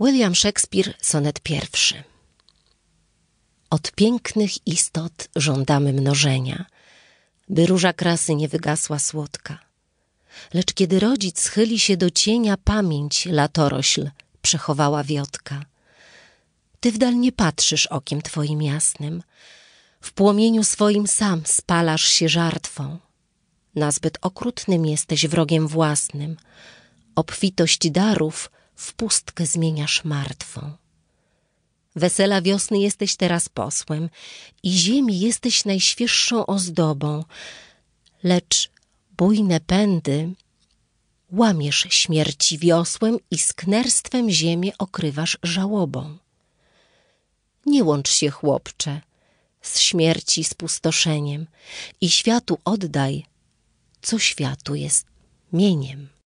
William Shakespeare, sonet pierwszy. Od pięknych istot żądamy mnożenia, by róża krasy nie wygasła słodka. Lecz kiedy rodzic schyli się do cienia, pamięć latorośl przechowała wiotka. Ty wdal nie patrzysz okiem twoim jasnym, w płomieniu swoim sam spalasz się żartwą. Nazbyt okrutnym jesteś wrogiem własnym, obfitość darów w pustkę zmieniasz martwą. Wesela wiosny jesteś teraz posłem i ziemi jesteś najświeższą ozdobą, lecz bujne pędy łamiesz śmierci wiosłem i sknerstwem ziemię okrywasz żałobą. Nie łącz się, chłopcze, z śmierci spustoszeniem i światu oddaj, co światu jest mieniem.